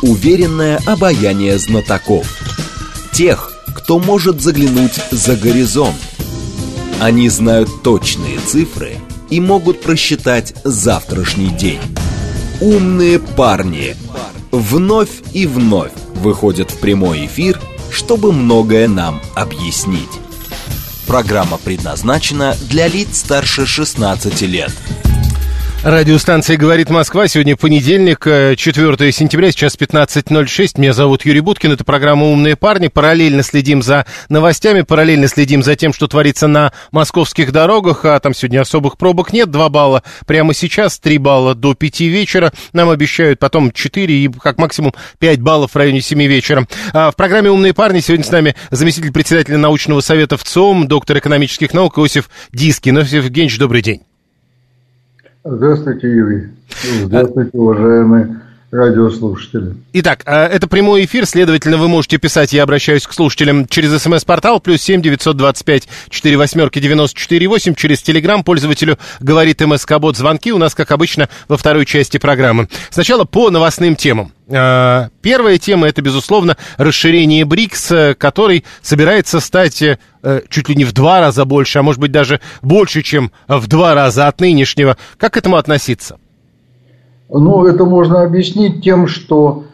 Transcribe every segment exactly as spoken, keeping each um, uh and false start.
уверенное обаяние знатоков. Тех, кто может заглянуть за горизонт. Они знают точные цифры и могут просчитать завтрашний день. Умные парни вновь и вновь выходят в прямой эфир, чтобы многое нам объяснить. Программа предназначена для лиц старше шестнадцати лет. Радиостанция «Говорит Москва». Сегодня понедельник, четвёртого сентября, сейчас пятнадцать ноль шесть. Меня зовут Юрий Буткин. Это программа «Умные парни». Параллельно следим за новостями, параллельно следим за тем, что творится на московских дорогах. А там сегодня особых пробок нет. Два балла прямо сейчас, три балла до пяти вечера. Нам обещают потом четыре и как максимум пять баллов в районе семи вечера. А в программе «Умные парни» сегодня с нами заместитель председателя научного совета ВЦИОМ, доктор экономических наук Иосиф Дискин. Иосиф Евгеньевич, добрый день. Здравствуйте, Юрий. Здравствуйте, уважаемые радиослушатели. Итак, это прямой эфир, следовательно, вы можете писать, я обращаюсь к слушателям, через смс-портал, плюс семь девятьсот двадцать пять четыре восьмерки девяносто четыре восемь, через телеграм пользователю говорит МСК-бот, звонки у нас, как обычно, во второй части программы. Сначала по новостным темам. Первая тема — это, безусловно, расширение БРИКС, который собирается стать чуть ли не в два раза больше, а может быть даже больше, чем в два раза от нынешнего. Как к этому относиться? Ну, это можно объяснить тем, что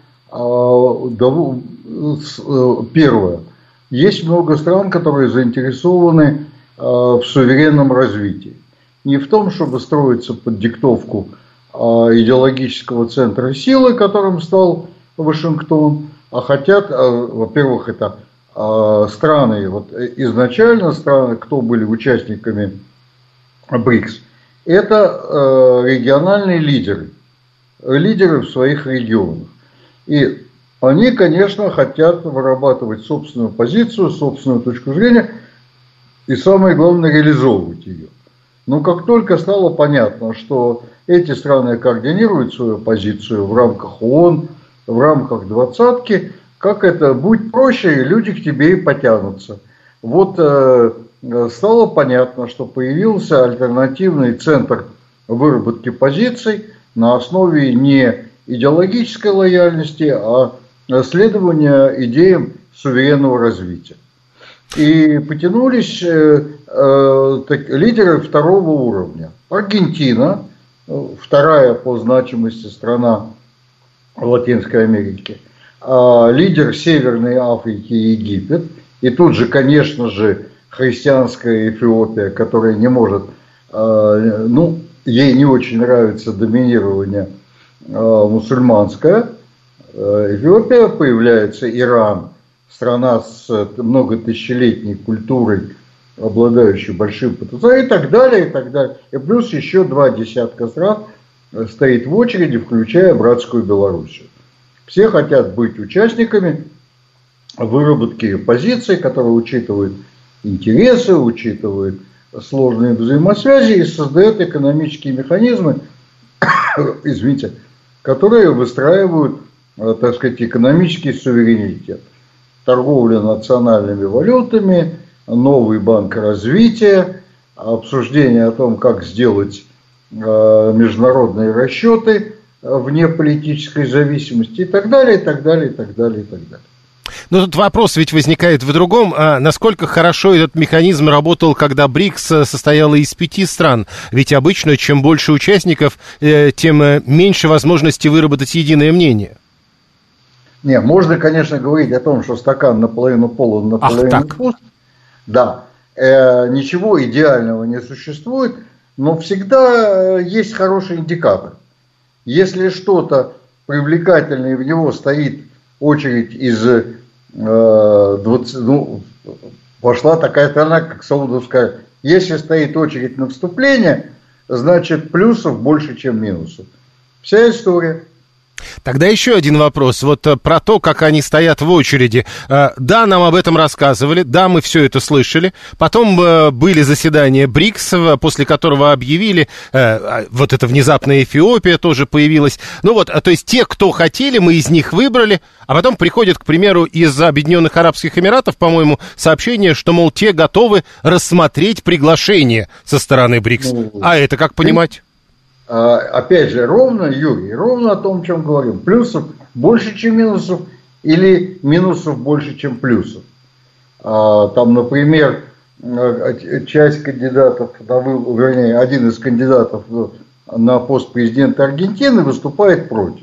первое, есть много стран, которые заинтересованы в суверенном развитии. Не в том, чтобы строиться под диктовку идеологического центра силы, которым стал Вашингтон, а хотят, во-первых, это страны, вот изначально страны, кто были участниками БРИКС, это региональные лидеры, лидеры в своих регионах. И они, конечно, хотят вырабатывать собственную позицию, собственную точку зрения и, самое главное, реализовывать ее. Но как только стало понятно, что эти страны координируют свою позицию в рамках ООН, в рамках двадцатки, как это, будь проще, и люди к тебе и потянутся. Вот э, стало понятно, что появился альтернативный центр выработки позиций на основе не идеологической лояльности, а следования идеям суверенного развития. И потянулись э, э, так, лидеры второго уровня. Аргентина, вторая по значимости страна в Латинской Америке, э, лидер Северной Африки Египет, и тут же, конечно же, христианская Эфиопия, которая не может, э, ну, ей не очень нравится доминирование э, мусульманское. Э, Эфиопия, появляется Иран, страна с многотысячелетней культурой, обладающая большим потенциалом, и так далее, и так далее. И плюс еще два десятка стран стоит в очереди, включая братскую Белоруссию. Все хотят быть участниками выработки позиций, которые учитывают интересы, учитывают сложные взаимосвязи и создают экономические механизмы, извините, которые выстраивают, так сказать, экономический суверенитет. Торговля национальными валютами, новый банк развития, обсуждение о том, как сделать международные расчеты вне политической зависимости и так далее, и так далее, и так далее, и так далее. Но тут вопрос ведь возникает в другом. А насколько хорошо этот механизм работал, когда БРИКС состояла из пяти стран? Ведь обычно, чем больше участников, тем меньше возможности выработать единое мнение. Не, можно, конечно, говорить о том, что стакан наполовину полон, наполовину пуст. Да, э, ничего идеального не существует, но всегда есть хороший индикатор. Если что-то привлекательное, в него стоит очередь из э, двадцати, ну, пошла такая страна, как Саудовская. Если стоит очередь на вступление, значит плюсов больше, чем минусов. Вся история. Тогда еще один вопрос. Вот про то, как они стоят в очереди. Да, нам об этом рассказывали, да, мы все это слышали. Потом были заседания БРИКС, после которого объявили, вот эта внезапная Эфиопия тоже появилась. Ну вот, то есть те, кто хотели, мы из них выбрали, а потом приходят, к примеру, из Объединенных Арабских Эмиратов, по-моему, сообщение, что, мол, те готовы рассмотреть приглашение со стороны БРИКС. А это как понимать? Опять же, ровно, Юрий, ровно о том, о чем говорим. Плюсов больше, чем минусов, или минусов больше, чем плюсов. Там, например, часть кандидатов, вернее, один из кандидатов на пост президента Аргентины выступает против.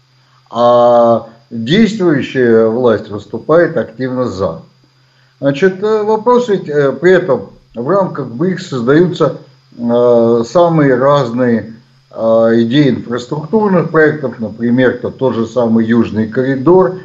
А действующая власть выступает активно за. Значит, вопрос ведь при этом в рамках БРИКС создаются самые разные идеи инфраструктурных проектов, например, то тот же самый Южный коридор,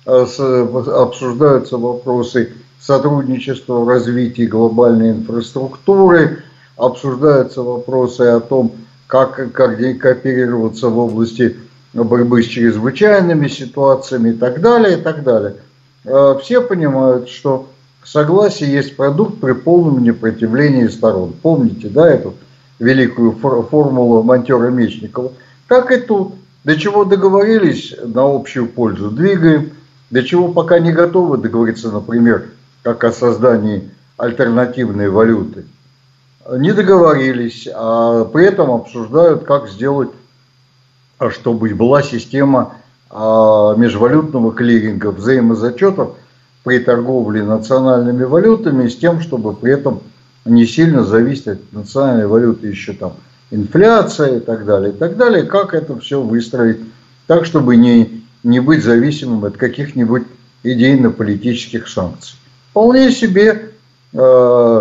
обсуждаются вопросы сотрудничества в развитии глобальной инфраструктуры, обсуждаются вопросы о том, как кооперироваться в области борьбы с чрезвычайными ситуациями и так далее, и так далее. Все понимают, что согласие есть продукт при полном непротивлении сторон. Помните, да, эту великую формулу Монтера Мечникова? Так и тут. До чего договорились на общую пользу, двигаем. До чего пока не готовы договориться, например, как о создании альтернативной валюты. Не договорились, а при этом обсуждают, как сделать, чтобы была система межвалютного клиринга, взаимозачетов при торговле национальными валютами, с тем, чтобы при этом не сильно зависеть от национальной валюты еще там инфляция и так далее, и так далее. Как это все выстроить так, чтобы не, не быть зависимым от каких-нибудь идейно-политических санкций. Вполне себе э,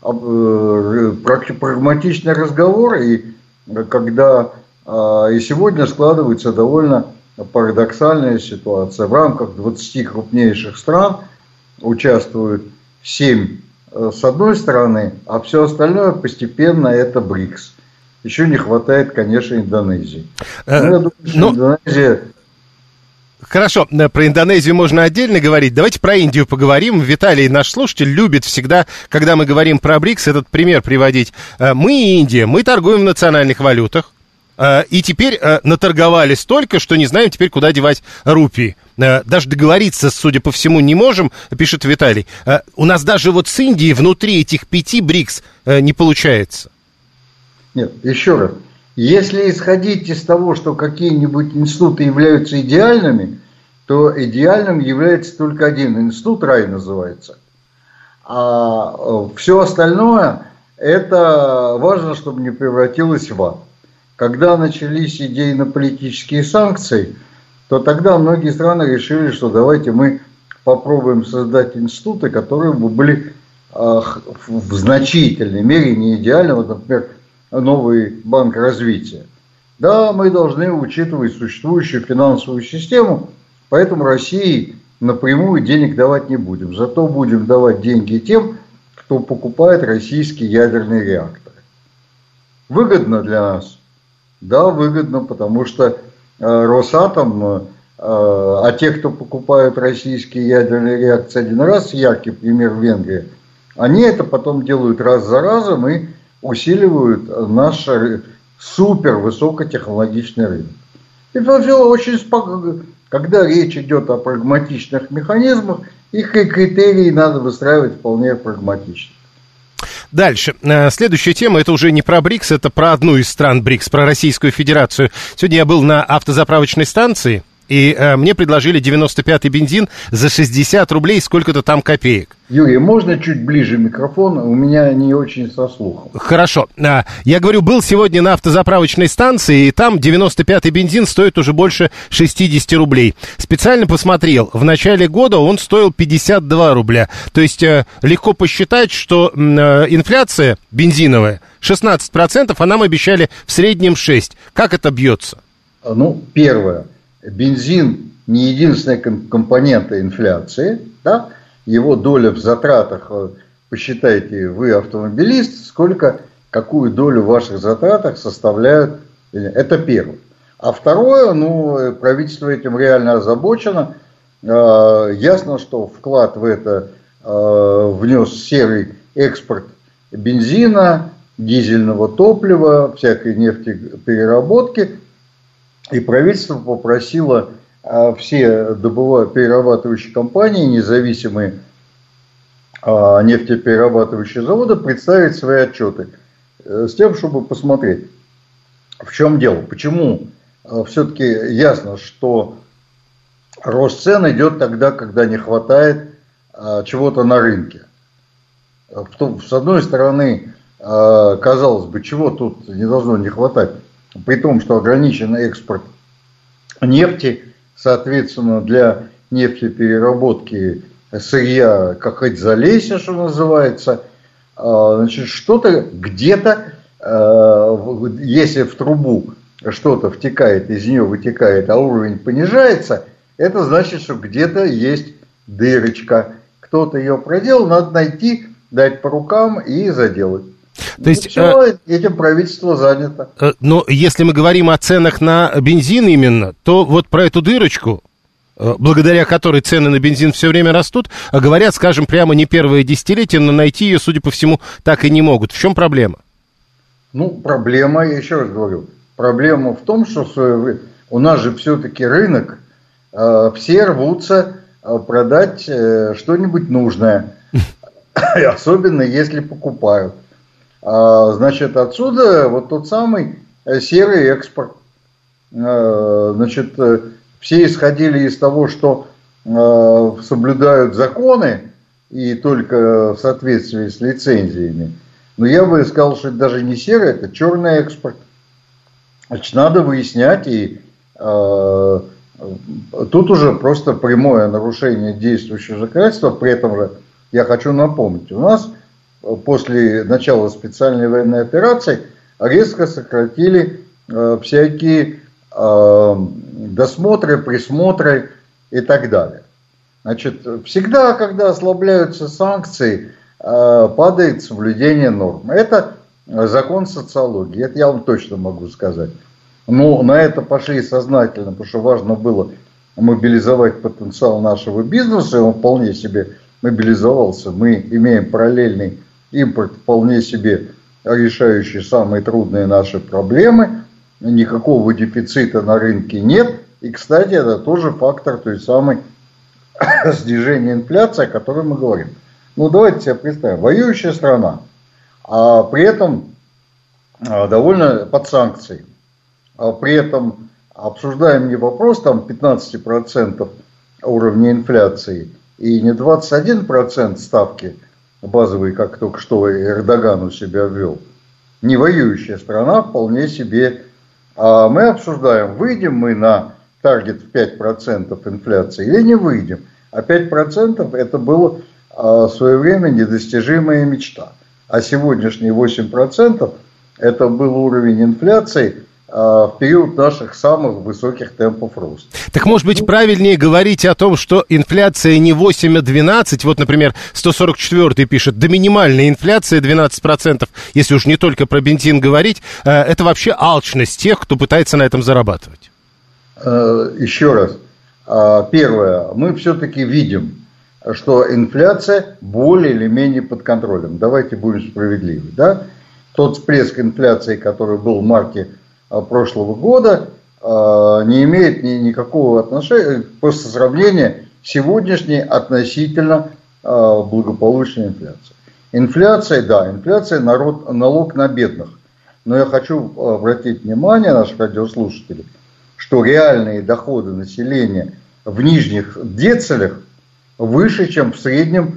э, прагматичный разговор, и когда э, и сегодня складывается довольно парадоксальная ситуация. В рамках двадцати крупнейших стран участвуют семь с одной стороны, а все остальное постепенно это БРИКС. Еще не хватает, конечно, Индонезии. Но я думаю, что Но... Индонезия... Хорошо, про Индонезию можно отдельно говорить. Давайте про Индию поговорим. Виталий, наш слушатель, любит всегда, когда мы говорим про БРИКС, этот пример приводить. Мы и Индия, мы торгуем в национальных валютах. И теперь наторговали столько, что не знаем теперь, куда девать рупии. Даже договориться, судя по всему, не можем, пишет Виталий. У нас даже вот с Индией внутри этих пяти БРИКС не получается. Нет, еще раз. Если исходить из того, что какие-нибудь институты являются идеальными, то идеальным является только один институт, рай называется. А все остальное, это важно, чтобы не превратилось в ад. Когда начались идейно-политические санкции, то тогда многие страны решили, что давайте мы попробуем создать институты, которые бы были э, в значительной мере, не идеально, вот, например, новый банк развития. Да, мы должны учитывать существующую финансовую систему, поэтому России напрямую денег давать не будем. Зато будем давать деньги тем, кто покупает российские ядерные реакторы. Выгодно для нас? Да, выгодно, потому что э, Росатом, э, а те, кто покупают российские ядерные реакции один раз, яркий пример Венгрия, они это потом делают раз за разом и усиливают наш супер высокотехнологичный рынок. Это все очень спокойно. Когда речь идет о прагматичных механизмах, их критерии надо выстраивать вполне прагматично. Дальше. Следующая тема, это уже не про БРИКС, это про одну из стран БРИКС, про Российскую Федерацию. Сегодня я был на автозаправочной станции, и э, мне предложили девяносто пятый бензин за шестьдесят рублей, сколько-то там копеек. Юрий, можно чуть ближе микрофон? У меня не очень со слухом. Хорошо. А, я говорю, был сегодня на автозаправочной станции, и там девяносто пятый бензин стоит уже больше шестьдесят рублей. Специально посмотрел, в начале года он стоил пятьдесят два рубля. То есть э, легко посчитать, что э, инфляция бензиновая шестнадцать процентов, а нам обещали в среднем шесть процентов. Как это бьется? Ну, первое. Бензин не единственная компонента инфляции, да? Его доля в затратах, посчитайте, вы автомобилист, сколько, какую долю в ваших затратах составляют, это первое. А второе, ну, правительство этим реально озабочено, ясно, что вклад в это внес серый экспорт бензина, дизельного топлива, всякой нефтепереработки. И правительство попросило а, все добыва... перерабатывающие компании, независимые а, нефтеперерабатывающие заводы, представить свои отчеты э, с тем, чтобы посмотреть, В чем дело? Почему все-таки ясно, что рост цен идет тогда, когда не хватает чего-то на рынке? С одной стороны, казалось бы, чего тут не должно не хватать, при том, что ограничен экспорт нефти, соответственно, для нефтепереработки сырья, как хоть залейся, что называется, значит, что-то где-то, если в трубу что-то втекает, из нее вытекает, а уровень понижается, это значит, что где-то есть дырочка. Кто-то ее проделал, надо найти, дать по рукам и заделать. То есть, все, э, этим правительство занято. Э, но если мы говорим о ценах на бензин именно, то вот про эту дырочку, э, благодаря которой цены на бензин все время растут, говорят, скажем, прямо не первое десятилетие, но найти ее, судя по всему, так и не могут. В чем проблема? Ну, проблема, я еще раз говорю, проблема в том, что у нас же все-таки рынок, э, все рвутся продать э, что-нибудь нужное, особенно если покупают. Значит, отсюда вот тот самый серый экспорт. Значит, все исходили из того, что соблюдают законы и только в соответствии с лицензиями. Но я бы сказал, что это даже не серый, это черный экспорт. Значит, надо выяснять, и э, тут уже просто прямое нарушение действующего законодательства. При этом же я хочу напомнить, у нас после начала специальной военной операции резко сократили э, всякие э, досмотры, присмотры и так далее. Значит, всегда, когда ослабляются санкции, э, падает соблюдение норм. Это закон социологии, это я вам точно могу сказать. Но на это пошли сознательно, потому что важно было мобилизовать потенциал нашего бизнеса, и он вполне себе мобилизовался. Мы имеем параллельный импорт, вполне себе решающий самые трудные наши проблемы. Никакого дефицита на рынке нет. И, кстати, это тоже фактор той самой снижения инфляции, о которой мы говорим. Ну, давайте себе представим. Воюющая страна, а при этом довольно под санкцией. А при этом обсуждаем не вопрос там пятнадцать процентов уровня инфляции и не двадцать один процент ставки базовый, как только что Эрдоган у себя ввел. Не воюющая страна, вполне себе. А мы обсуждаем, выйдем мы на таргет в пять процентов инфляции или не выйдем. А пять процентов это была в свое время недостижимая мечта. А сегодняшние восемь процентов это был уровень инфляции в период наших самых высоких темпов роста. Так, может быть, правильнее говорить о том, что инфляция не восемь, а двенадцать. Вот, например, сто сорок четвёртый пишет, да минимальная инфляция двенадцать процентов, если уж не только про бензин говорить, это вообще алчность тех, кто пытается на этом зарабатывать. Еще раз. Первое. Мы все-таки видим, что инфляция более или менее под контролем. Давайте будем справедливы. Да? Тот всплеск инфляции, который был в марте прошлого года, не имеет ни, никакого отношения, просто сравнения сегодняшней относительно благополучной инфляции. Инфляция, да, инфляция народ, налог на бедных. Но я хочу обратить внимание наших радиослушателей, что реальные доходы населения в нижних децилях выше, чем в среднем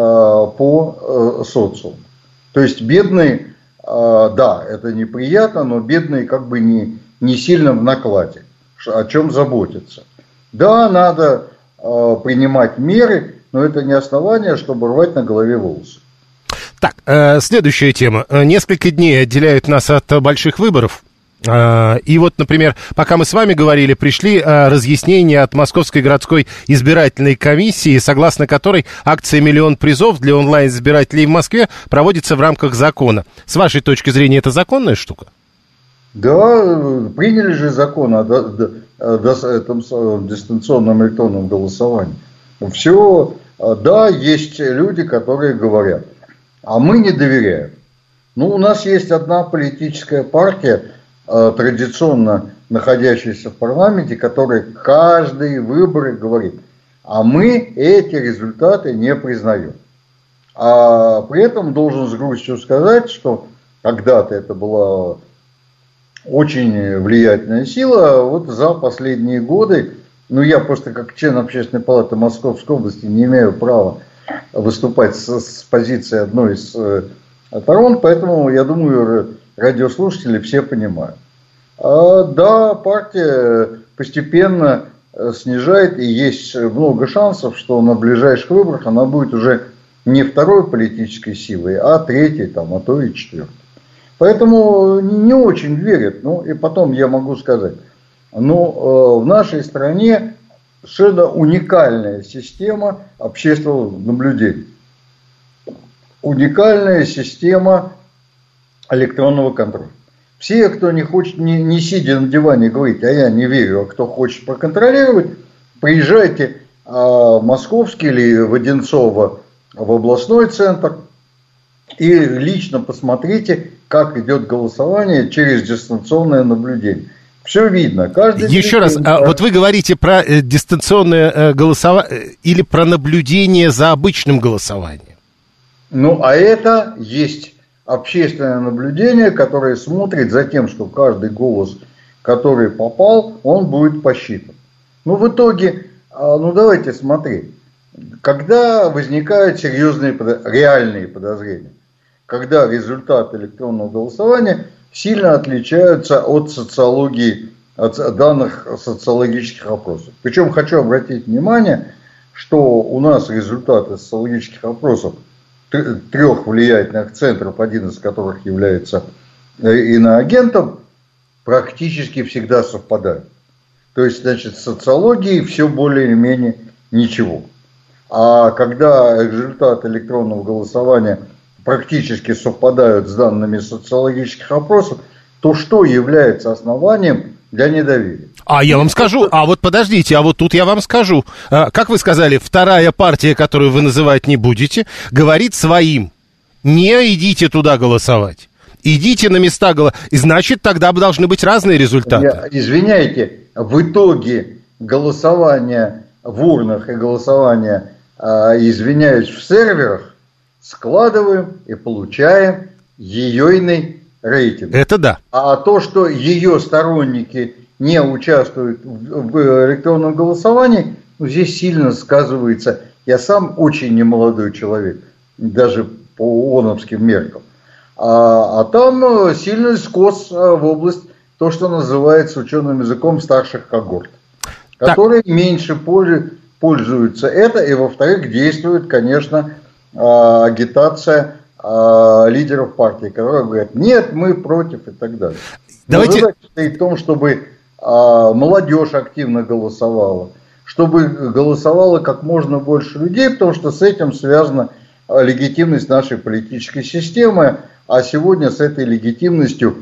по социуму. То есть бедные, да, это неприятно, но бедные как бы не, не сильно в накладе, о чем заботиться. Да, надо э, принимать меры, но это не основание, чтобы рвать на голове волосы. Так, э, следующая тема. Несколько дней отделяют нас от больших выборов. И вот, например, пока мы с вами говорили, пришли разъяснения от Московской городской избирательной комиссии, согласно которой акция «Миллион призов» для онлайн-избирателей в Москве проводится в рамках закона. С вашей точки зрения, это законная штука? Да, приняли же закон о дистанционном электронном голосовании. Все, да, есть люди, которые говорят, а мы не доверяем. Ну, у нас есть одна политическая партия, традиционно находящийся в парламенте, который каждые выборы говорит, а мы эти результаты не признаем. А при этом должен с грустью сказать, что когда-то это была очень влиятельная сила. Вот за последние годы, ну я просто как член Общественной палаты Московской области не имею права выступать с, с позиции одной из э, сторон, поэтому я думаю, радиослушатели все понимают. А, да, партия постепенно снижает, и есть много шансов, что на ближайших выборах она будет уже не второй политической силой, а третьей, там, а то и четвертой. Поэтому не очень верят. Ну, и потом я могу сказать, ну, в нашей стране совершенно уникальная система общественного наблюдения. Уникальная система электронного контроля. Все, кто не хочет, не, не сидя на диване, говорить, а я не верю, а кто хочет проконтролировать, приезжайте а, в Московский или в Одинцово в областной центр и лично посмотрите, как идет голосование через дистанционное наблюдение. Все видно. Каждый Еще раз, а вот вы говорите про э, дистанционное э, голосование или про наблюдение за обычным голосованием? Ну, а это есть общественное наблюдение, которое смотрит за тем, что каждый голос, который попал, он будет посчитан. Ну, в итоге, ну, давайте смотреть. Когда возникают серьезные, реальные подозрения, когда результаты электронного голосования сильно отличаются от социологии, от данных социологических опросов. Причем хочу обратить внимание, что у нас результаты социологических опросов трех влиятельных центров, один из которых является иноагентом, практически всегда совпадают. То есть, значит, в социологии все более-менее ничего. А когда результаты электронного голосования практически совпадают с данными социологических опросов, то что является основанием для недоверия? А я вам скажу, а вот подождите, а вот тут я вам скажу. Как вы сказали, вторая партия, которую вы называть не будете, говорит своим: не идите туда голосовать, идите на места голосовать. И значит, тогда должны быть разные результаты. Я, извиняйте, в итоге голосования в урнах и голосования, извиняюсь, в серверах складываем и получаем ейойный рейтинг. Это да. А то, что ее сторонники не участвуют в электронном голосовании, ну, здесь сильно сказывается. Я сам очень немолодой человек, даже по ООНовским меркам. А, а там сильный скос в область, то, что называется ученым языком, старших когорт, которые так. меньше пользуются это, и, во-вторых, действует, конечно, агитация лидеров партии, которые говорят: нет, мы против, и так далее. Давайте... Задача стоит в том, чтобы молодежь активно голосовала, чтобы голосовало как можно больше людей, потому что с этим связана легитимность нашей политической системы, а сегодня с этой легитимностью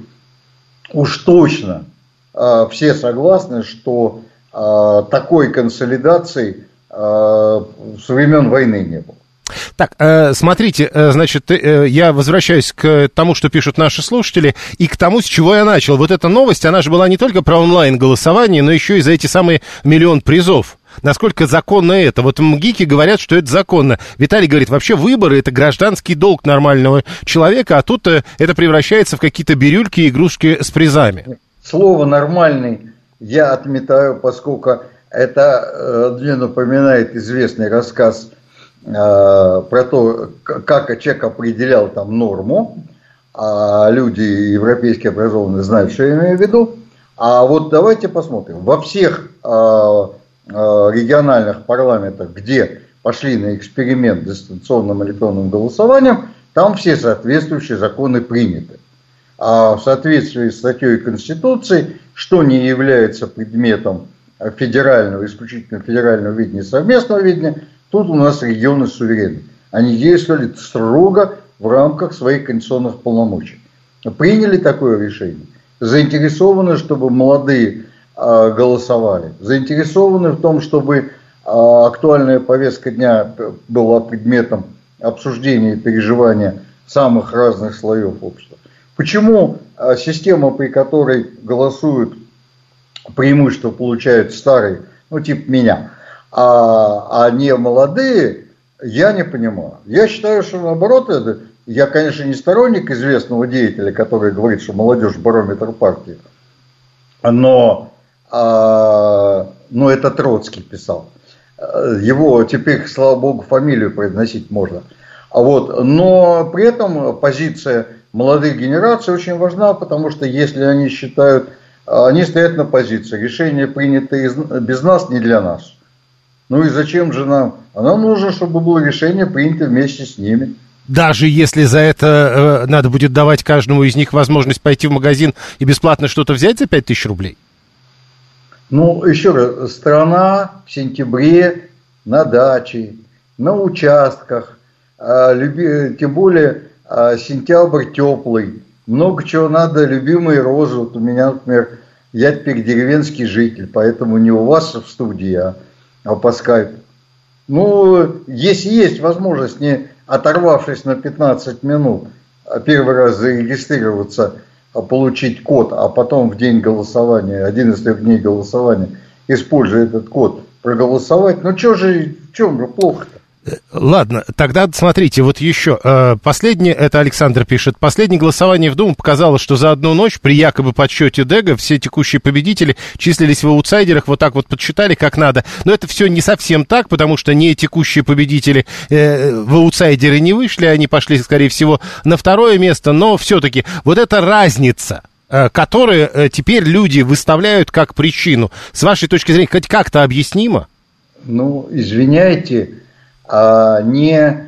уж точно все согласны, что такой консолидации со времен войны не было. Так, э, смотрите, э, значит, э, я возвращаюсь к тому, что пишут наши слушатели, и к тому, с чего я начал. Вот эта новость, она же была не только про онлайн-голосование, но еще и за эти самые миллион призов. Насколько законно это? Вот МГИКи говорят, что это законно. Виталий говорит, вообще выборы – это гражданский долг нормального человека, а тут э, это превращается в какие-то бирюльки и игрушки с призами. Слово «нормальный» я отметаю, поскольку это мне напоминает известный рассказ про то, как человек определял там норму, а люди европейские образованные знают, что я имею в виду. А вот давайте посмотрим. Во всех региональных парламентах, где пошли на эксперимент с дистанционным электронным голосованием, там все соответствующие законы приняты. А в соответствии с статьей Конституции, что не является предметом федерального, исключительно федерального видения, совместного видения, тут у нас регионы суверенны. Они действовали строго в рамках своих конституционных полномочий. Приняли такое решение. Заинтересованы, чтобы молодые э, голосовали. Заинтересованы в том, чтобы э, актуальная повестка дня была предметом обсуждения и переживания самых разных слоев общества. Почему э, система, при которой голосуют, преимущество получают старые, ну типа меня, А, а не молодые, я не понимаю. Я считаю, что наоборот, это, я, конечно, не сторонник известного деятеля, который говорит, что молодежь барометр партии. но, а, ну, это Троцкий писал. Его теперь, слава богу, фамилию произносить можно. А вот, но при этом позиция молодых генераций очень важна, потому что если они считают, они стоят на позиции, решение принято без нас, не для нас. Ну и зачем же нам? А нам нужно, чтобы было решение принято вместе с ними. Даже если за это э, надо будет давать каждому из них возможность пойти в магазин и бесплатно что-то взять за пять тысяч рублей? Ну, еще раз, страна в сентябре на даче, на участках, а, люби, тем более а, сентябрь теплый, много чего надо, любимые розы. Вот у меня, например, я теперь деревенский житель, поэтому не у вас в студии, а, а по скайпу. Ну, если есть возможность, не оторвавшись на пятнадцать минут, первый раз зарегистрироваться, получить код, а потом в день голосования, один из трех дней голосования, используя этот код, проголосовать, ну что же, в чем же плохо-то? Ладно, тогда смотрите, вот еще. Последнее, это Александр пишет, последнее голосование в Думу показало, что за одну ночь при якобы подсчете Дэга все текущие победители числились в аутсайдерах, вот так вот подсчитали как надо. Но это все не совсем так, потому что не текущие победители э, в аутсайдеры не вышли, они пошли, скорее всего, на второе место, но все-таки вот эта разница, э, которую э, теперь люди выставляют как причину, с вашей точки зрения, хоть как-то объяснимо? Ну, извиняйте, А не,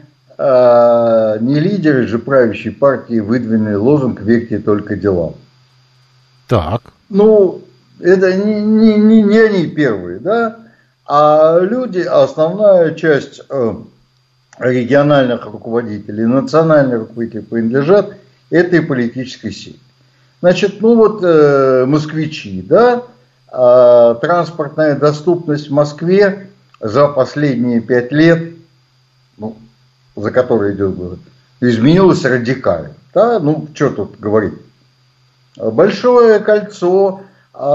а не лидеры же правящей партии выдвинули лозунг «Верьте только делам». Так. Ну, это не, не, не, не они первые, да? А люди, основная часть э, региональных руководителей, национальных руководителей принадлежат этой политической силе. Значит, ну вот э, москвичи, да? А транспортная доступность в Москве за последние пять лет, ну, за которые идет год, изменилось радикально. Да? Ну, что тут говорить. Большое кольцо,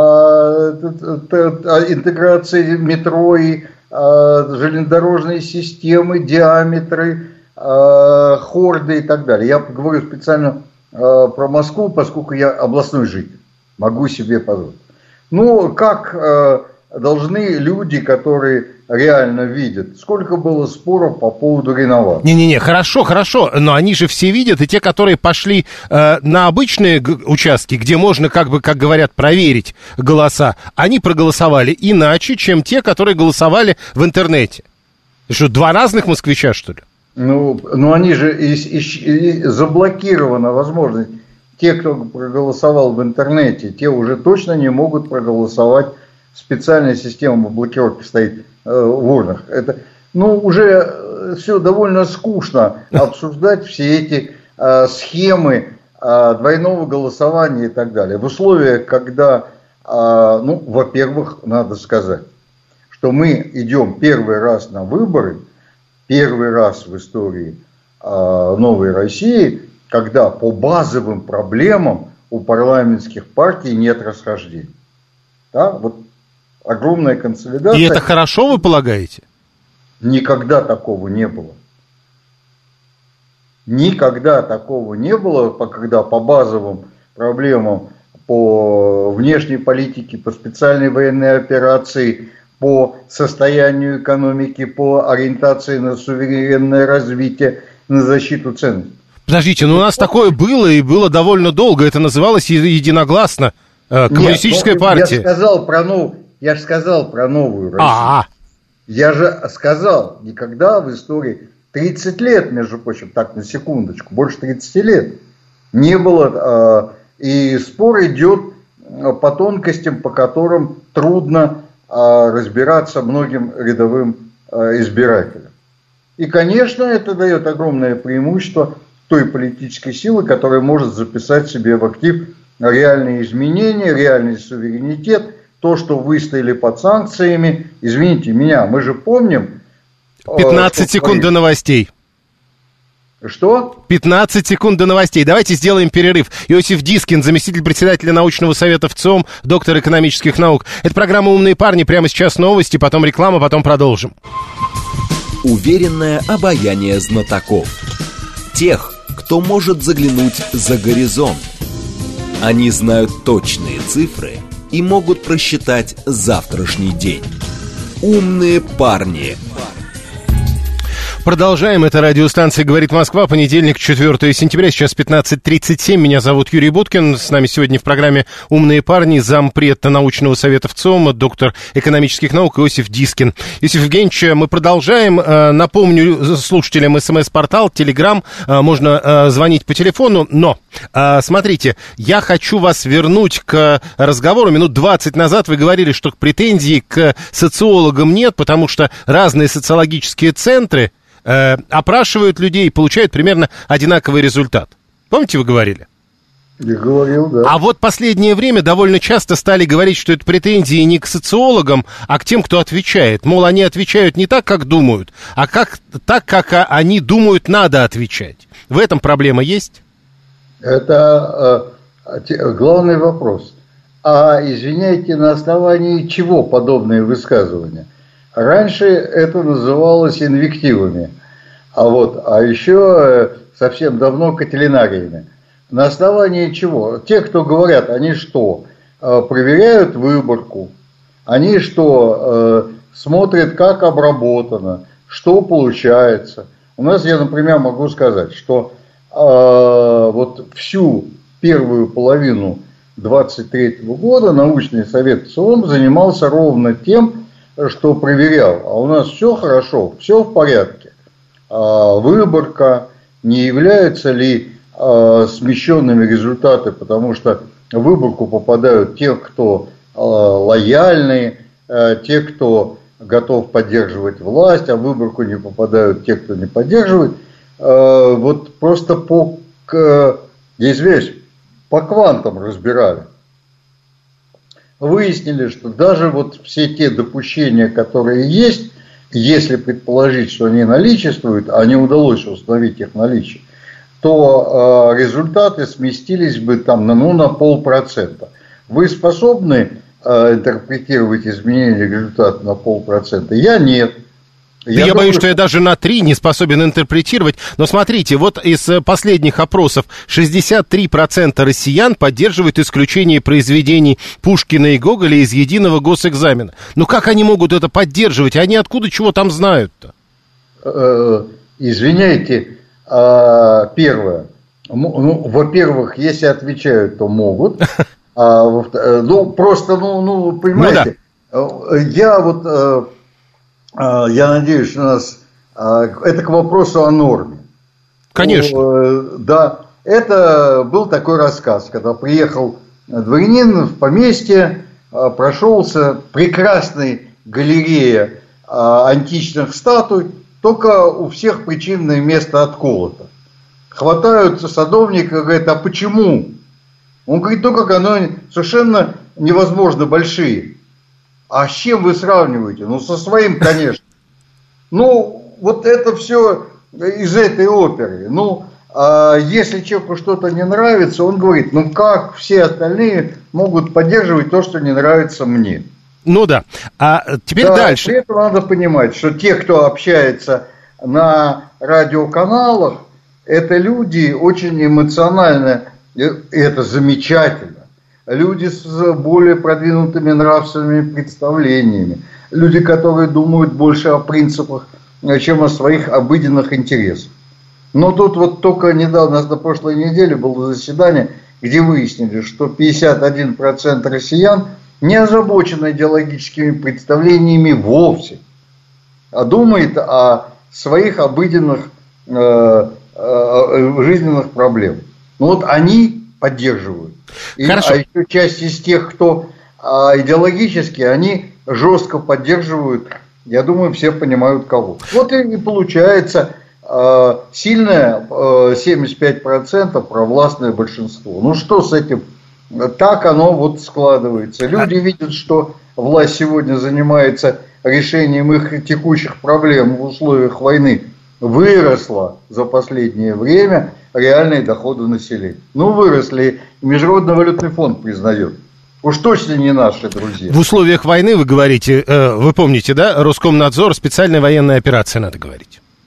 интеграция метро и железнодорожные системы, диаметры, хорды и так далее. Я говорю специально про Москву, поскольку я областной житель. Могу себе позволить. Ну, как должны люди, которые реально видят, сколько было споров по поводу реновации. Не-не-не, хорошо, хорошо, но они же все видят, и те, которые пошли э, на обычные г- участки, где можно, как бы, как говорят, проверить голоса, они проголосовали иначе, чем те, которые голосовали в интернете. Что, два разных москвича, что ли? Ну, ну они же и, и, и заблокирована возможность. Те, кто проголосовал в интернете, те уже точно не могут проголосовать. Специальная система блокировки стоит э, в урнах. Это, ну, уже все довольно скучно обсуждать все эти э, схемы э, двойного голосования и так далее. В условиях, когда, э, ну, во-первых, надо сказать, что мы идем первый раз на выборы, первый раз в истории э, новой России, когда по базовым проблемам у парламентских партий нет расхождений. Да, вот. Огромная консолидация. И это хорошо, вы полагаете? Никогда такого не было. Никогда такого не было, когда по базовым проблемам, по внешней политике, по специальной военной операции, по состоянию экономики, по ориентации на суверенное развитие, на защиту ценностей. Подождите, ну у нас такое было и было довольно долго. Это называлось единогласно э, коммунистическая Нет, партия. Я сказал про новую. Я же сказал про новую Россию. А-а-а. Я же сказал, никогда в истории, тридцать лет, между прочим, так на секундочку, больше тридцати лет, не было, э, и спор идет по тонкостям, по которым трудно э, разбираться многим рядовым э, избирателям. И, конечно, это дает огромное преимущество той политической силы, которая может записать себе в актив реальные изменения, реальный суверенитет. То, что выстояли под санкциями, извините меня, мы же помним... пятнадцать секунд до новостей. Что? пятнадцать секунд до новостей. Давайте сделаем перерыв. Иосиф Дискин, заместитель председателя научного совета ВЦИОМ, доктор экономических наук. Это программа «Умные парни». Прямо сейчас новости, потом реклама, потом продолжим. Уверенное обаяние знатоков. Тех, кто может заглянуть за горизонт. Они знают точные цифры и и могут просчитать завтрашний день. Умные парни. Продолжаем. Это радиостанция «Говорит Москва». Понедельник, четвёртое сентября. Сейчас пятнадцать тридцать семь. Меня зовут Юрий Буткин. С нами сегодня в программе «Умные парни» зампред научного совета ВЦИОМа, доктор экономических наук Иосиф Дискин. Иосиф Евгеньевич, мы продолжаем. Напомню слушателям СМС-портал, Телеграм. Можно звонить по телефону. Но, смотрите, я хочу вас вернуть к разговору. Минут двадцать назад вы говорили, что претензий к социологам нет, потому что разные социологические центры опрашивают людей и получают примерно одинаковый результат. Помните, вы говорили? Я говорил, да. А вот последнее время довольно часто стали говорить, что это претензии не к социологам, а к тем, кто отвечает. Мол, они отвечают не так, как думают, а как, так, как они думают, надо отвечать. В этом проблема есть? Это э, главный вопрос. А, извиняйте, на основании чего подобные высказывания? Раньше это называлось инвективами, а вот, а еще совсем давно катилинариями. На основании чего? Те, кто говорят, они что, проверяют выборку, они что, смотрят, как обработано, что получается. У нас, я, например, могу сказать, что вот всю первую половину двадцать третьего года научный совет ВЦИОМ занимался ровно тем, что проверял. А у нас все хорошо, все в порядке. Выборка, не являются ли смещенными результаты, потому что в выборку попадают те, кто лояльны, те, кто готов поддерживать власть, а в выборку не попадают те, кто не поддерживает. Вот просто по, я извиняюсь, по квантам разбирали. Выяснили, что даже вот все те допущения, которые есть, если предположить, что они наличествуют, а не удалось установить их наличие, то э, результаты сместились бы там, ну, на полпроцента. Вы способны э, интерпретировать изменение результата на полпроцента? Я нет. Да я, я думаю, боюсь, что я даже на три не способен интерпретировать. Но смотрите, вот из последних опросов шестьдесят три процента россиян поддерживают исключение произведений Пушкина и Гоголя из единого госэкзамена. Ну как они могут это поддерживать? Они откуда чего там знают-то? Извиняйте, первое. Ну, во-первых, если отвечают, то могут. Ну, просто, ну, ну понимаете, я вот... Я надеюсь, что у нас... Это к вопросу о норме. Конечно. Да, это был такой рассказ, когда приехал дворянин в поместье, прошелся прекрасной галерея античных статуй, только у всех причинное место отколото. Хватаются садовника и говорят, а почему? Он говорит, ну как оно совершенно невозможно большие. А с чем вы сравниваете? Ну, со своим, конечно. Ну, вот это все из этой оперы. Ну, а если человеку что-то не нравится, он говорит, ну, как все остальные могут поддерживать то, что не нравится мне? Ну, да. А теперь да, дальше. При этом надо понимать, что те, кто общается на радиоканалах, это люди очень эмоционально, и это замечательно. Люди с более продвинутыми нравственными представлениями, люди, которые думают больше о принципах, чем о своих обыденных интересах. Но тут вот только недавно, на прошлой неделе было заседание, где выяснили, что пятьдесят один процент россиян не озабочены идеологическими представлениями вовсе, а думает о своих обыденных э, э, жизненных проблемах. Ну вот они поддерживают. И, а еще часть из тех, кто а, идеологически, они жестко поддерживают, я думаю, все понимают кого. Вот и, и получается а, сильное а, семьдесят пять процентов провластное большинство. Ну что с этим? Так оно вот складывается. Люди видят, что власть сегодня занимается решением их текущих проблем в условиях войны. Выросла за последнее время реальные доходы населения. Ну, выросли. Международный валютный фонд признает. Уж точно не наши друзья. В условиях войны, вы говорите, вы помните, да, Роскомнадзор, специальная военная операция, надо говорить.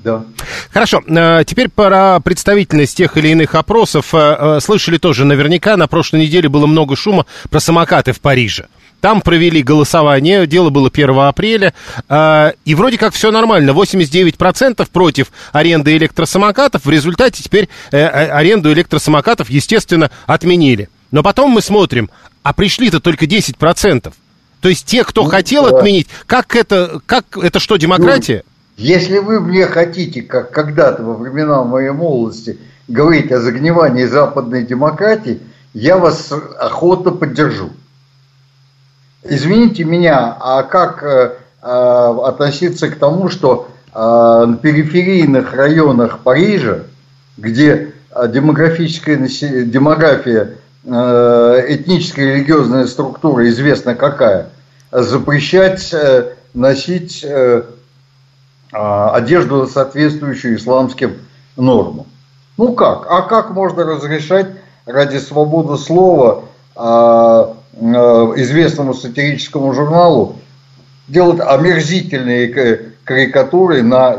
Да. Хорошо, теперь про представительность тех или иных опросов. Слышали тоже наверняка, на прошлой неделе было много шума про самокаты в Париже. Там провели голосование, дело было первого апреля, и вроде как все нормально. восемьдесят девять процентов против аренды электросамокатов. В результате теперь аренду электросамокатов, естественно, отменили. Но потом мы смотрим, а пришли-то только десять процентов. То есть те, кто ну, хотел да. отменить, как это, как это что, демократия? Ну, если вы мне хотите, как когда-то во времена моей молодости, говорить о загнивании западной демократии, я вас охотно поддержу. Извините меня, а как э, э, относиться к тому, что э, на периферийных районах Парижа, где демографическая демография, э, этническая и религиозная структура известна какая, запрещать э, носить э, э, одежду, соответствующую исламским нормам? Ну как? А как можно разрешать ради свободы слова э, известному сатирическому журналу делать омерзительные карикатуры на,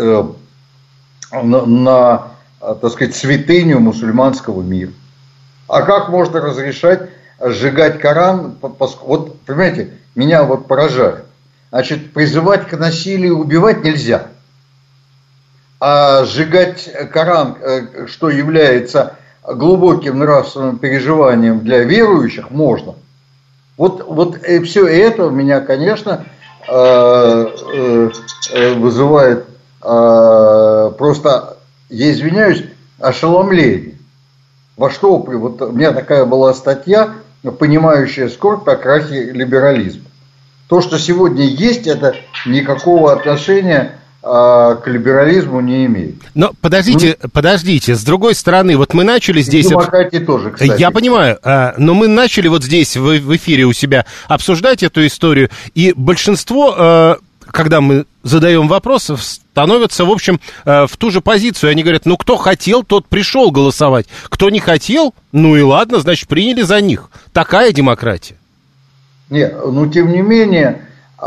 на, на, так сказать, святыню мусульманского мира? А как можно разрешать сжигать Коран? Вот, понимаете, меня вот поражает. Значит, призывать к насилию, убивать нельзя. А сжигать Коран, что является глубоким нравственным переживанием для верующих, можно. Вот, вот все это у меня, конечно, вызывает просто, я извиняюсь, ошеломление. Во что, вот у меня такая была статья, понимающая скорбь о крахе либерализма. То, что сегодня есть, это никакого отношения к либерализму не имеет. Но подождите, ну, подождите, с другой стороны, вот мы начали здесь... Демократии тоже, кстати. Я понимаю, но мы начали вот здесь, в эфире у себя, обсуждать эту историю, и большинство, когда мы задаем вопросы, становятся, в общем, в ту же позицию. Они говорят, ну, кто хотел, тот пришел голосовать. Кто не хотел, ну и ладно, значит, приняли за них. Такая демократия. Нет, ну, тем не менее...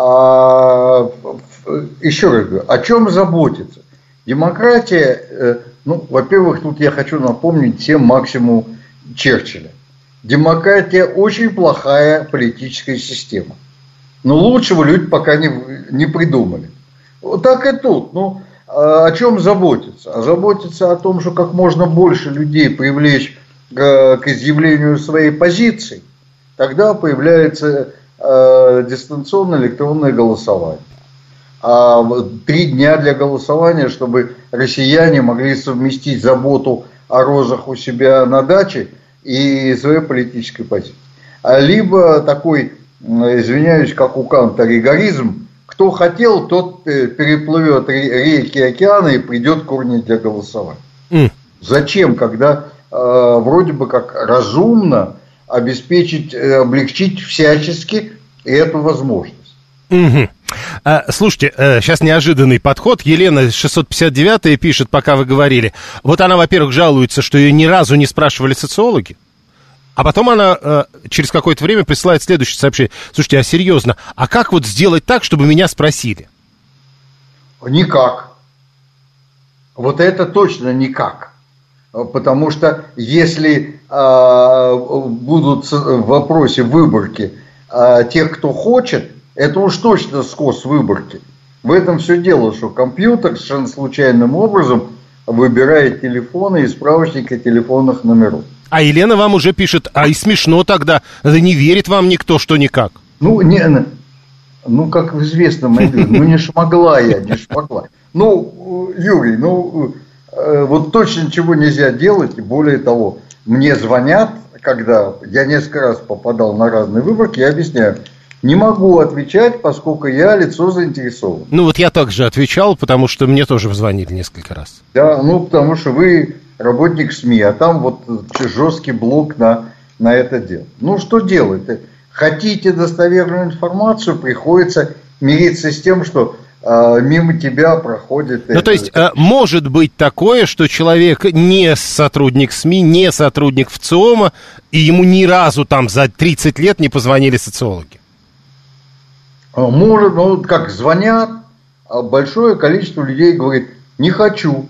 Еще раз говорю, о чем заботиться? Демократия, ну, во-первых, тут я хочу напомнить всем Максиму Черчилля. Демократия очень плохая политическая система. Но лучшего люди пока не, не придумали. Вот так и тут. Ну, о чем заботиться? А заботиться о том, что как можно больше людей привлечь к, к изъявлению своей позиции. Тогда появляется э, дистанционное электронное голосование. А три дня для голосования, чтобы россияне могли совместить заботу о розах у себя на даче и свою политическую позицию. А либо такой, извиняюсь, как у Канта, ригоризм: кто хотел, тот переплывет реки и океаны и придет к урне для голосования. Mm. Зачем, когда э, вроде бы как разумно обеспечить, облегчить всячески эту возможность? Mm-hmm. А, слушайте, сейчас неожиданный подход. Елена шестьсот пятьдесят девятая пишет, пока вы говорили. Вот она, во-первых, жалуется, что ее ни разу не спрашивали социологи. А потом она через какое-то время присылает следующее сообщение. Слушайте, а серьезно, а как вот сделать так, чтобы меня спросили? Никак. Вот это точно никак. Потому что если э, будут в вопросе выборки э, тех, кто хочет, это уж точно скос выборки. В этом все дело, что компьютер совершенно случайным образом выбирает телефоны из справочника телефонных номеров. А Елена вам уже пишет, а и смешно тогда, да не верит вам никто, что никак. Ну, не, ну как известно, мои люди, ну не шмогла я, не шмогла. Ну, Юрий, ну вот точно ничего нельзя делать, и более того, мне звонят, когда я несколько раз попадал на разные выборки, я объясняю. Не могу отвечать, поскольку я лицо заинтересован. Ну вот я также отвечал, потому что мне тоже звонили несколько раз. Да, ну потому что вы работник СМИ, а там вот жесткий блок на, на это дело. Ну что делать? Хотите достоверную информацию, приходится мириться с тем, что э, мимо тебя проходит... Ну это. То есть э, может быть такое, что человек не сотрудник СМИ, не сотрудник ВЦИОМа, и ему ни разу там за тридцать лет не позвонили социологи? Может, ну как звонят, большое количество людей говорит, не хочу,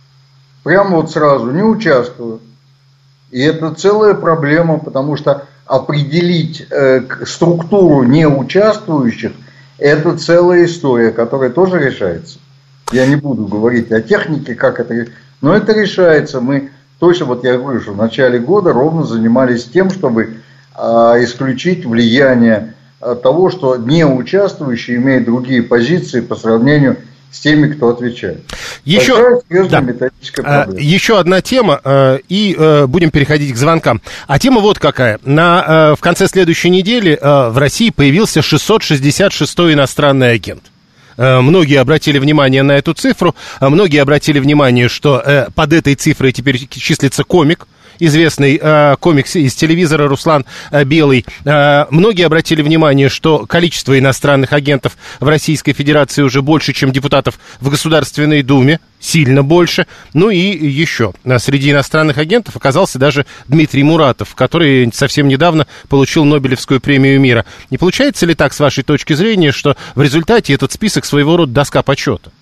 прямо вот сразу не участвую. И это целая проблема, потому что определить э, структуру неучаствующих – это целая история, которая тоже решается. Я не буду говорить о технике, как это, но это решается. Мы точно, вот я говорю, что в начале года ровно занимались тем, чтобы э, исключить влияние э, того, что неучаствующие имеют другие позиции по сравнению с теми, кто отвечает. Еще, да. а, еще одна тема, э, и э, будем переходить к звонкам. А тема вот какая. На, э, в конце следующей недели э, в России появился шестьсот шестьдесят шестой иностранный агент. Э, многие обратили внимание на эту цифру. Э, многие обратили внимание, что э, под этой цифрой теперь числится комик. Известный э, комик из телевизора Руслан э, Белый. Э, многие обратили внимание, что количество иностранных агентов в Российской Федерации уже больше, чем депутатов в Государственной Думе. Сильно больше. Ну и еще. Среди иностранных агентов оказался даже Дмитрий Муратов, который совсем недавно получил Нобелевскую премию мира. Не получается ли так, с вашей точки зрения, что в результате этот список своего рода доска почета?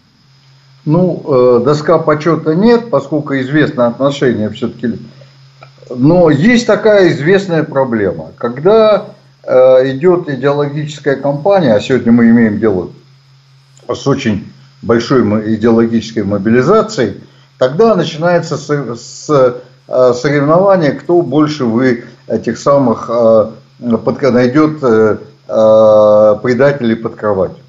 Ну, э, доска почета нет, поскольку известно отношение все-таки. Но есть такая известная проблема. Когда э, идет идеологическая кампания, а сегодня мы имеем дело с очень большой идеологической мобилизацией, тогда начинается с, с, э, соревнование, кто больше вы этих самых э, под, найдет э, э, предателей под кроватью.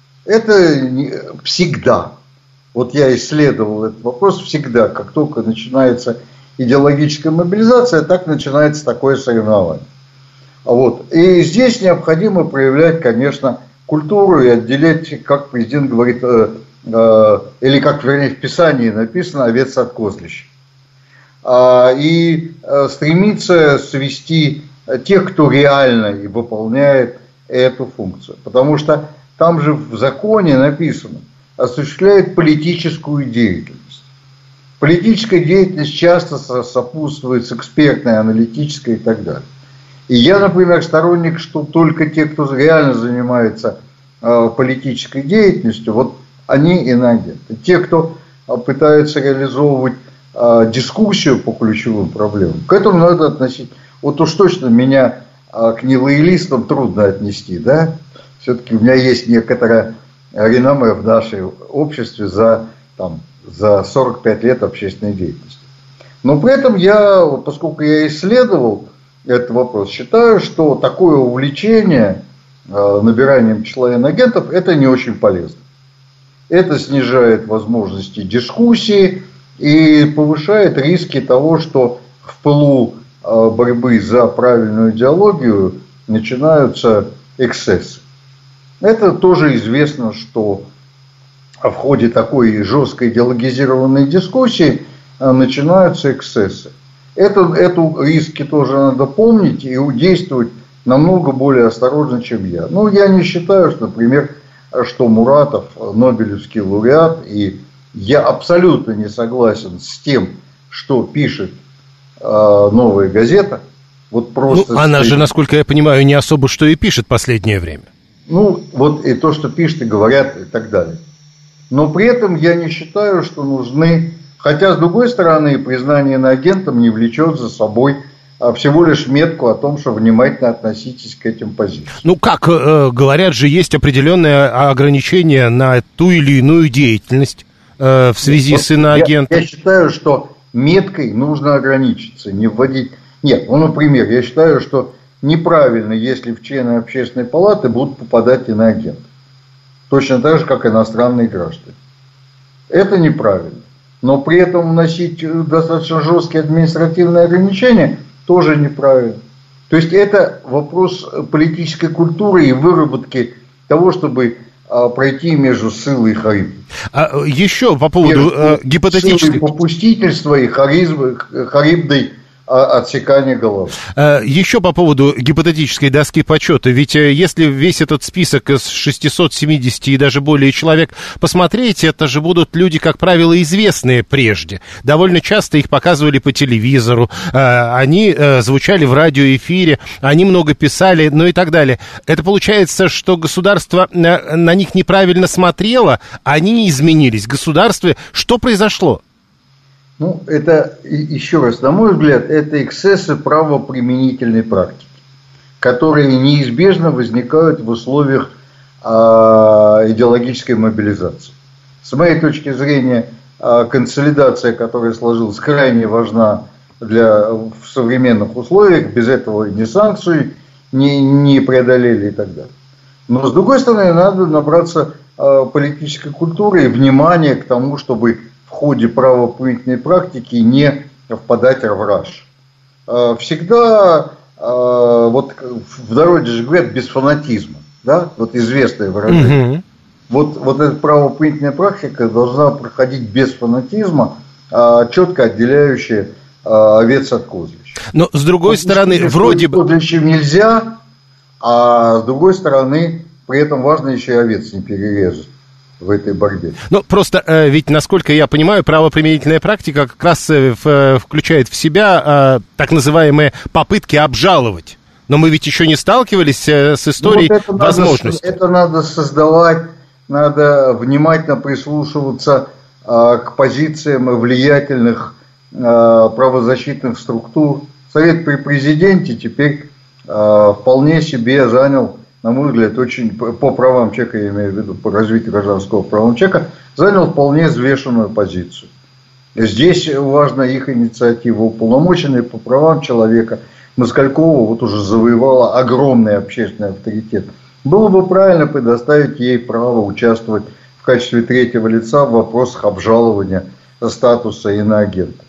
Это не, всегда. Вот я исследовал этот вопрос всегда, как только начинается идеологическая мобилизация, так начинается такое соревнование. Вот. И здесь необходимо проявлять, конечно, культуру и отделять, как президент говорит, э, э, или как, вернее, в Писании написано, овец от козлища. А, и э, стремиться свести тех, кто реально и выполняет эту функцию. Потому что там же в законе написано, осуществляет политическую деятельность. Политическая деятельность часто сопутствует с экспертной, аналитической и так далее. И я, например, сторонник, что только те, кто реально занимается э, политической деятельностью, вот они иноагенты. Те, кто пытаются реализовывать э, дискуссию по ключевым проблемам, к этому надо относить. Вот уж точно меня э, к нелоялистам трудно отнести, да? Все-таки у меня есть некоторое реноме в нашем обществе за там, за сорок пять лет общественной деятельности. Но при этом я, поскольку я исследовал этот вопрос, считаю, что такое увлечение э, набиранием числа иноагентов, это не очень полезно. Это снижает возможности дискуссии и повышает риски того, что в пылу э, борьбы за правильную идеологию начинаются эксцессы. Это тоже известно, что в ходе такой жесткой идеологизированной дискуссии начинаются эксцессы. Это, эту риски тоже надо помнить и действовать намного более осторожно, чем я. Ну, я не считаю, что, например, что Муратов Нобелевский лауреат, и я абсолютно не согласен с тем, что пишет э, «Новая газета». Вот просто ну, она же, насколько я понимаю, не особо что и пишет в последнее время. Ну, вот и то, что пишет и говорят и так далее. Но при этом я не считаю, что нужны, хотя с другой стороны, признание иноагентом не влечет за собой а всего лишь метку о том, что внимательно относитесь к этим позициям. Ну как, э, говорят же, есть определенные ограничения на ту или иную деятельность э, в связи Нет, с иноагентом. Я, я считаю, что меткой нужно ограничиться, не вводить. Нет, ну, например, я считаю, что неправильно, если в члены общественной палаты будут попадать иноагенты. Точно так же, как иностранные граждане. Это неправильно. Но при этом вносить достаточно жесткие административные ограничения тоже неправильно. То есть это вопрос политической культуры и выработки того, чтобы а, пройти между Сылой и Харибдой. А еще по поводу э, гипотетической... Сылой попустительства и Харибдой отсекания головы. Еще по поводу гипотетической доски почета. Ведь если весь этот список из шестисот семидесяти и даже более человек посмотреть, это же будут люди, как правило, известные прежде. Довольно часто их показывали по телевизору, они звучали в радиоэфире, они много писали, ну и так далее. Это получается, что государство на них неправильно смотрело, они не изменились. Государство... Что произошло? Ну, это, еще раз, на мой взгляд, это эксцессы правоприменительной практики, которые неизбежно возникают в условиях э, идеологической мобилизации. С моей точки зрения, э, консолидация, которая сложилась, крайне важна для, в современных условиях. Без этого ни санкции не, не преодолели и так далее. Но, с другой стороны, надо набраться э, политической культуры и внимания к тому, чтобы в ходе правоприменительной практики не впадать в раж. Всегда, вот в народе же говорят, без фанатизма, да, вот известное выражение. Угу. Вот, вот эта правоприменительная практика должна проходить без фанатизма, четко отделяющая овец от козлищ. Но с другой вот, стороны, вроде бы... Козлищем нельзя, а с другой стороны, при этом важно еще и овец не перерезать в этой борьбе. Ну, просто э, ведь, насколько я понимаю, правоприменительная практика как раз э, в, включает в себя э, так называемые попытки обжаловать. Но мы ведь еще не сталкивались э, с историей ну, вот возможности. Надо, это надо создавать, надо внимательно прислушиваться э, к позициям влиятельных э, правозащитных структур. Совет при президенте теперь э, вполне себе занял, на мой взгляд, очень по правам человека, я имею в виду по развитию гражданского права человека, занял вполне взвешенную позицию. Здесь важна их инициатива. Уполномоченная по правам человека Москалькова вот уже завоевала огромный общественный авторитет. Было бы правильно предоставить ей право участвовать в качестве третьего лица в вопросах обжалования статуса иноагента.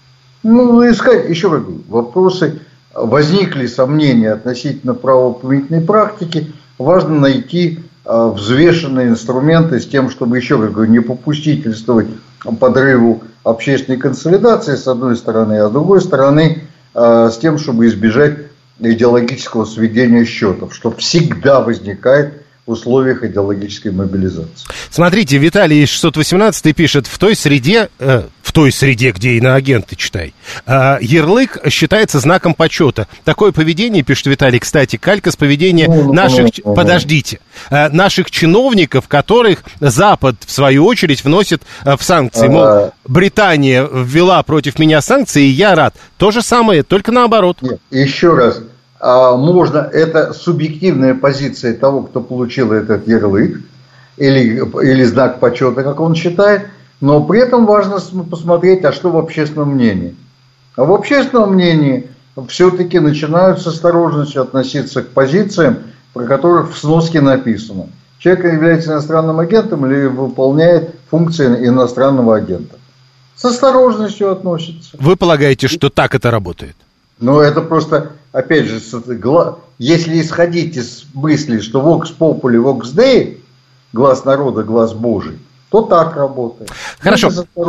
Ну, искать, еще раз говорю, вопросы... Возникли сомнения относительно правоприменительной практики, важно найти э, взвешенные инструменты с тем, чтобы, еще раз говорю, не попустительствовать подрыву общественной консолидации, с одной стороны, а с другой стороны, э, с тем, чтобы избежать идеологического сведения счетов, что всегда возникает в условиях идеологической мобилизации. Смотрите, Виталий шестьсот восемнадцатый пишет, в той среде, э, в той среде, где иноагенты, читай, э, ярлык считается знаком почета. Такое поведение, пишет Виталий, кстати, калька с поведения ну, наших, ну, подождите, э, наших чиновников, которых Запад, в свою очередь, вносит э, в санкции. Мол, Британия ввела против меня санкции, и я рад. То же самое, только наоборот. Нет, еще раз. Можно, это субъективная позиция того, кто получил этот ярлык или, или знак почета, как он считает, но при этом важно посмотреть, а что в общественном мнении. А в общественном мнении все-таки начинают с осторожностью относиться к позициям, про которых в сноске написано. Человек является иностранным агентом или выполняет функции иностранного агента. С осторожностью относится. Вы полагаете, что так это работает? Ну, это просто, опять же, если исходить из мысли, что vox populi, vox dei, глаз народа, глаз Божий, то так работает. Хорошо.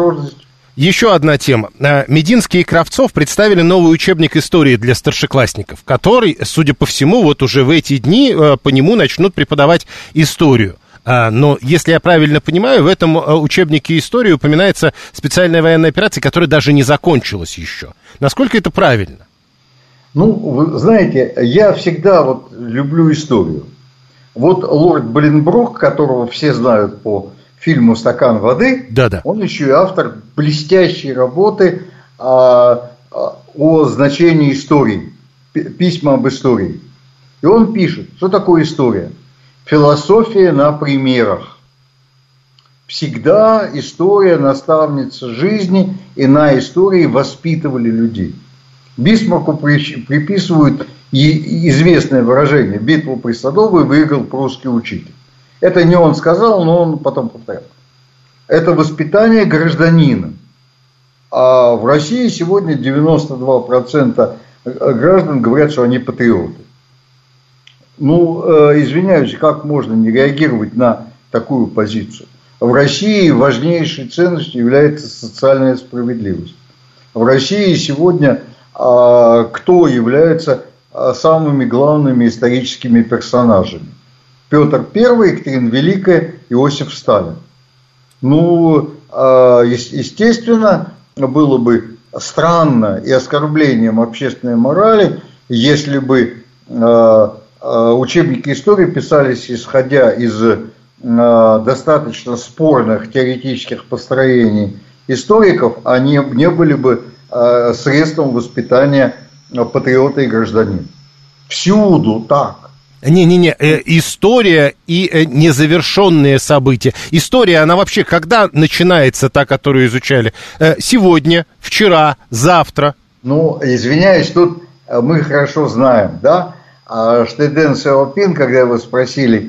Еще одна тема. Мединский и Кравцов представили новый учебник истории для старшеклассников, который, судя по всему, вот уже в эти дни по нему начнут преподавать историю. Но, если я правильно понимаю, в этом учебнике истории упоминается специальная военная операция, которая даже не закончилась еще. Насколько это правильно? Ну, вы знаете, я всегда вот люблю историю. Вот лорд Боленброк, которого все знают по фильму «Стакан воды», да-да. Он еще и автор блестящей работы о, о значении истории, письма об истории. И он пишет, что такое история? Философия на примерах. Всегда история наставница жизни, и на истории воспитывали людей. Бисмарку приписывают известное выражение: битву при Садовой выиграл прусский учитель. Это не он сказал, но он потом повторял. Это воспитание гражданина. А в России сегодня девяносто два процента граждан говорят, что они патриоты. Ну, извиняюсь, как можно не реагировать на такую позицию? В России важнейшей ценностью является социальная справедливость. В России сегодня кто является самыми главными историческими персонажами. Петр Первый, Екатерина Великая, Иосиф Сталин. Ну, естественно, было бы странно и оскорблением общественной морали, если бы учебники истории писались, исходя из достаточно спорных теоретических построений историков, они не были бы средством воспитания патриота и гражданина. Всюду так. Не-не-не, э, история и э, незавершенные события. История, она вообще когда начинается, та, которую изучали? Э, сегодня, вчера, завтра? Ну, извиняюсь, тут мы хорошо знаем, да, что Дэн Сяопин, когда его спросили,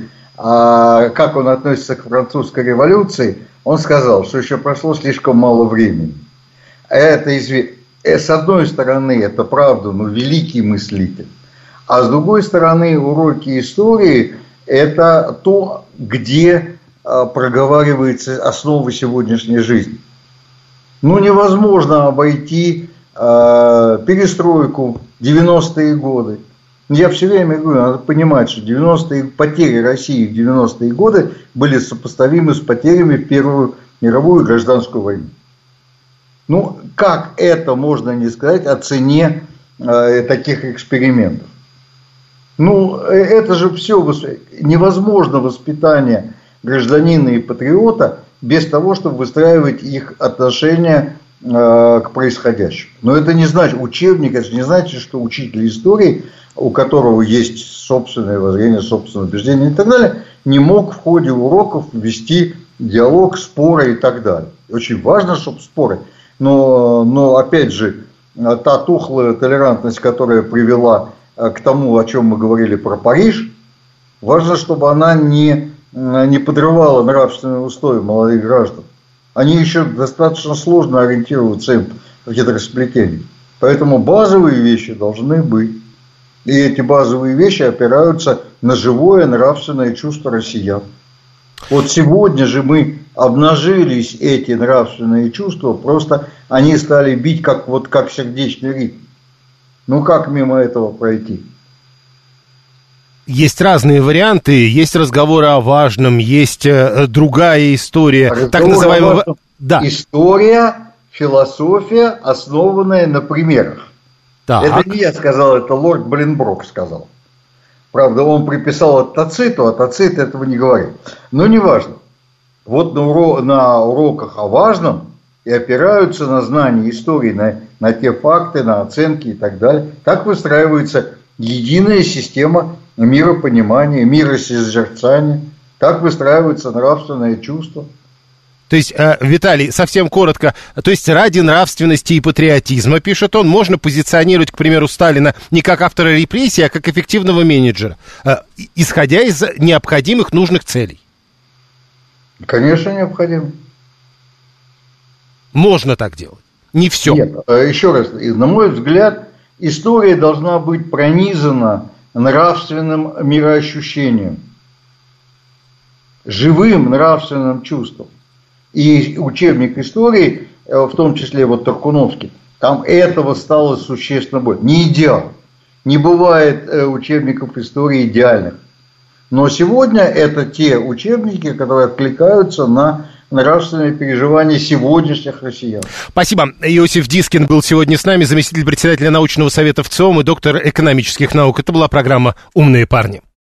как он относится к французской революции, он сказал, что еще прошло слишком мало времени. Это известно. С одной стороны, это правда, но великий мыслитель. А с другой стороны, уроки истории – это то, где проговаривается основа сегодняшней жизни. Ну, невозможно обойти э, перестройку, девяностые годы. Я все время говорю, надо понимать, что девяностые, потери России в девяностые годы были сопоставимы с потерями в Первую мировую гражданскую войну. Ну, как это можно не сказать о цене э, таких экспериментов? Ну, это же все невозможно воспитание гражданина и патриота без того, чтобы выстраивать их отношения э, к происходящему. Но это не значит, учебник, это не значит, что учитель истории, у которого есть собственное воззрение, собственное убеждение и так далее, не мог в ходе уроков вести диалог, споры и так далее. Очень важно, чтобы споры. Но, но опять же, та тухлая толерантность, которая привела к тому, о чем мы говорили про Париж, важно, чтобы она не, не подрывала нравственные устои молодых граждан. Они еще достаточно сложно ориентироваться им в хитросплетении. Поэтому базовые вещи должны быть. И эти базовые вещи опираются на живое нравственное чувство россиян. Вот сегодня же мы обнажились эти нравственные чувства, просто они стали бить как, вот, как сердечный ритм. Ну, как мимо этого пройти? Есть разные варианты, есть разговоры о важном, есть э, другая история, разговор так называемая... Да. История, философия, основанная на примерах. Так. Это не я сказал, это лорд Бленброк сказал. Правда, он приписал это Тациту, а Тацит этого не говорит. Но неважно. Вот на, уро... на уроках о важном и опираются на знания истории, на, на те факты, на оценки и так далее. Так выстраивается единая система миропонимания, миросозерцания. Так выстраивается нравственное чувство. То есть, э, Виталий, совсем коротко, то есть ради нравственности и патриотизма, пишет он, можно позиционировать, к примеру, Сталина не как автора репрессий, а как эффективного менеджера, э, исходя из необходимых нужных целей. Конечно, необходимо. Можно так делать. Не все. Нет, еще раз, на мой взгляд, история должна быть пронизана нравственным мироощущением, живым нравственным чувством. И учебник истории, в том числе вот Таркуновский, там этого стало существенно больше. Не идеал. Не бывает учебников истории идеальных. Но сегодня это те учебники, которые откликаются на нравственные переживания сегодняшних россиян. Спасибо. Иосиф Дискин был сегодня с нами, заместитель председателя научного совета ВЦИОМ и доктор экономических наук. Это была программа «Умные парни».